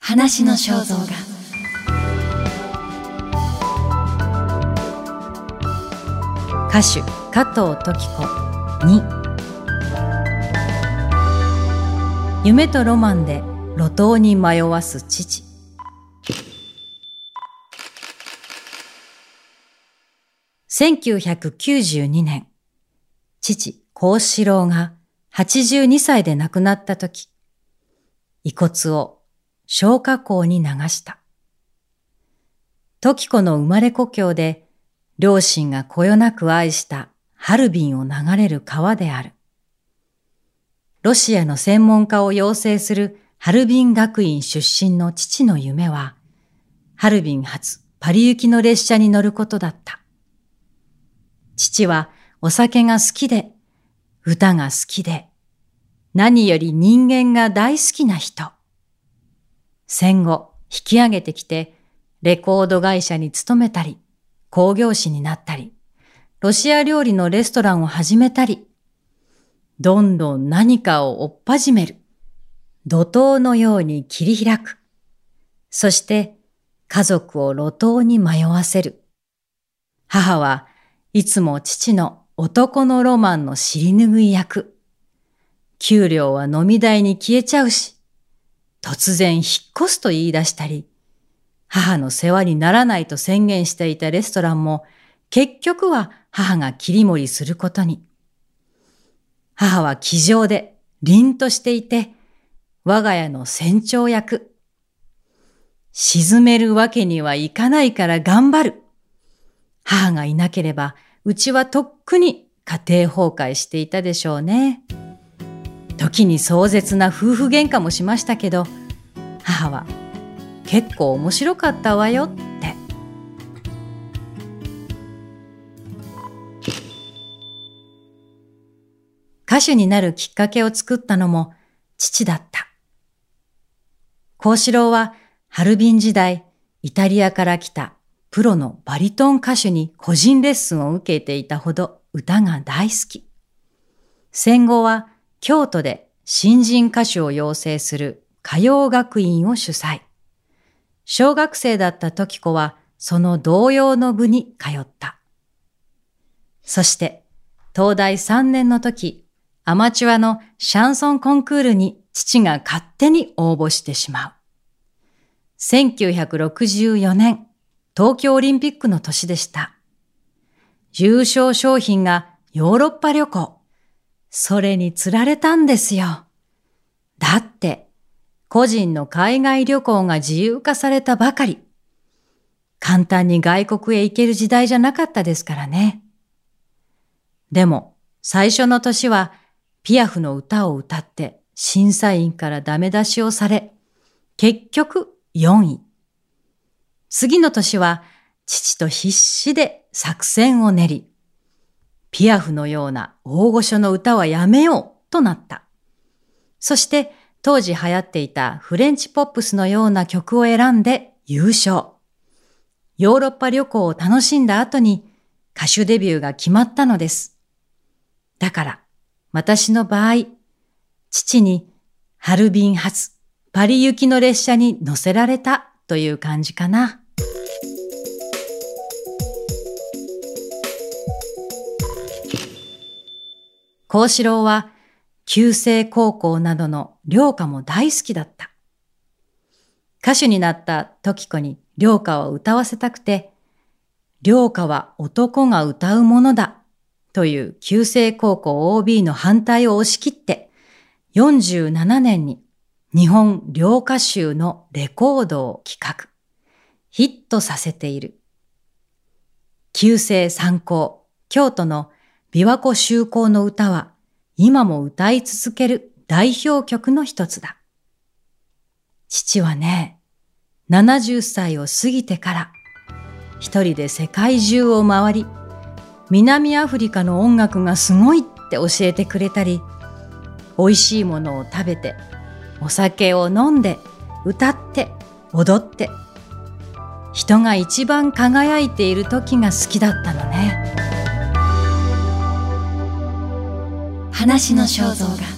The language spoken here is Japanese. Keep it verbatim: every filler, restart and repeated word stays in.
話の肖像画。 歌手加藤登紀子に。夢とロマンで路頭に迷わす父。せんきゅうひゃくきゅうじゅうにねん、父幸四郎がはちじゅうにさいで亡くなったとき、遺骨を消化溝に流した。登紀子の生まれ故郷で、両親がこよなく愛したハルビンを流れる川である。ロシアの専門家を養成するハルビン学院出身の父の夢は、ハルビン発パリ行きの列車に乗ることだった。父はお酒が好きで、歌が好きで、何より人間が大好きな人。戦後引き上げてきて、レコード会社に勤めたり、興行師になったり、ロシア料理のレストランを始めたり、どんどん何かを追っ始める。怒涛のように切り開く。そして家族を路頭に迷わせる。母はいつも父の男のロマンの尻拭い役。給料は飲み代に消えちゃうし、突然引っ越すと言い出したり、母の世話にならないと宣言していたレストランも結局は母が切り盛りすることに。母は気丈で凛としていて、我が家の船長役。沈めるわけにはいかないから頑張る。母がいなければ、うちはとっくに家庭崩壊していたでしょうね。時に壮絶な夫婦喧嘩もしましたけど、母は結構面白かったわよって。歌手になるきっかけを作ったのも父だった。幸四郎はハルビン時代、イタリアから来たプロのバリトン歌手に個人レッスンを受けていたほど歌が大好き。戦後は京都で新人歌手を養成する歌謡学院を主催。小学生だった登紀子はその童謡の部に通った。そして東大さんねんの時、アマチュアのシャンソンコンクールに父が勝手に応募してしまう。せんきゅうひゃくろくじゅうよねん、東京オリンピックの年でした。優勝賞品がヨーロッパ旅行。それに釣られたんですよ。だって、個人の海外旅行が自由化されたばかり。簡単に外国へ行ける時代じゃなかったですからね。でも、最初の年は、ピアフの歌を歌って審査員からダメ出しをされ、結局よんい。次の年は、父と必死で作戦を練り、ピアフのような大御所の歌はやめようとなった。そして当時流行っていたフレンチポップスのような曲を選んで優勝。ヨーロッパ旅行を楽しんだ後に歌手デビューが決まったのです。だから私の場合、父にハルビン発パリ行きの列車に乗せられたという感じかな。幸四郎は旧制高校などの寮歌も大好きだった。歌手になった登紀子に寮歌を歌わせたくて、寮歌は男が歌うものだという旧制高校 オービー の反対を押し切って、よんじゅうななねんに日本寮歌集のレコードを企画、ヒットさせている。旧制三高、京都の琵琶湖修好の歌は今も歌い続ける代表曲の一つだ。父はね、ななじゅっさいを過ぎてから一人で世界中を回り、南アフリカの音楽がすごいって教えてくれたり、美味しいものを食べて、お酒を飲んで、歌って、踊って、人が一番輝いている時が好きだったのね。 話の肖像画。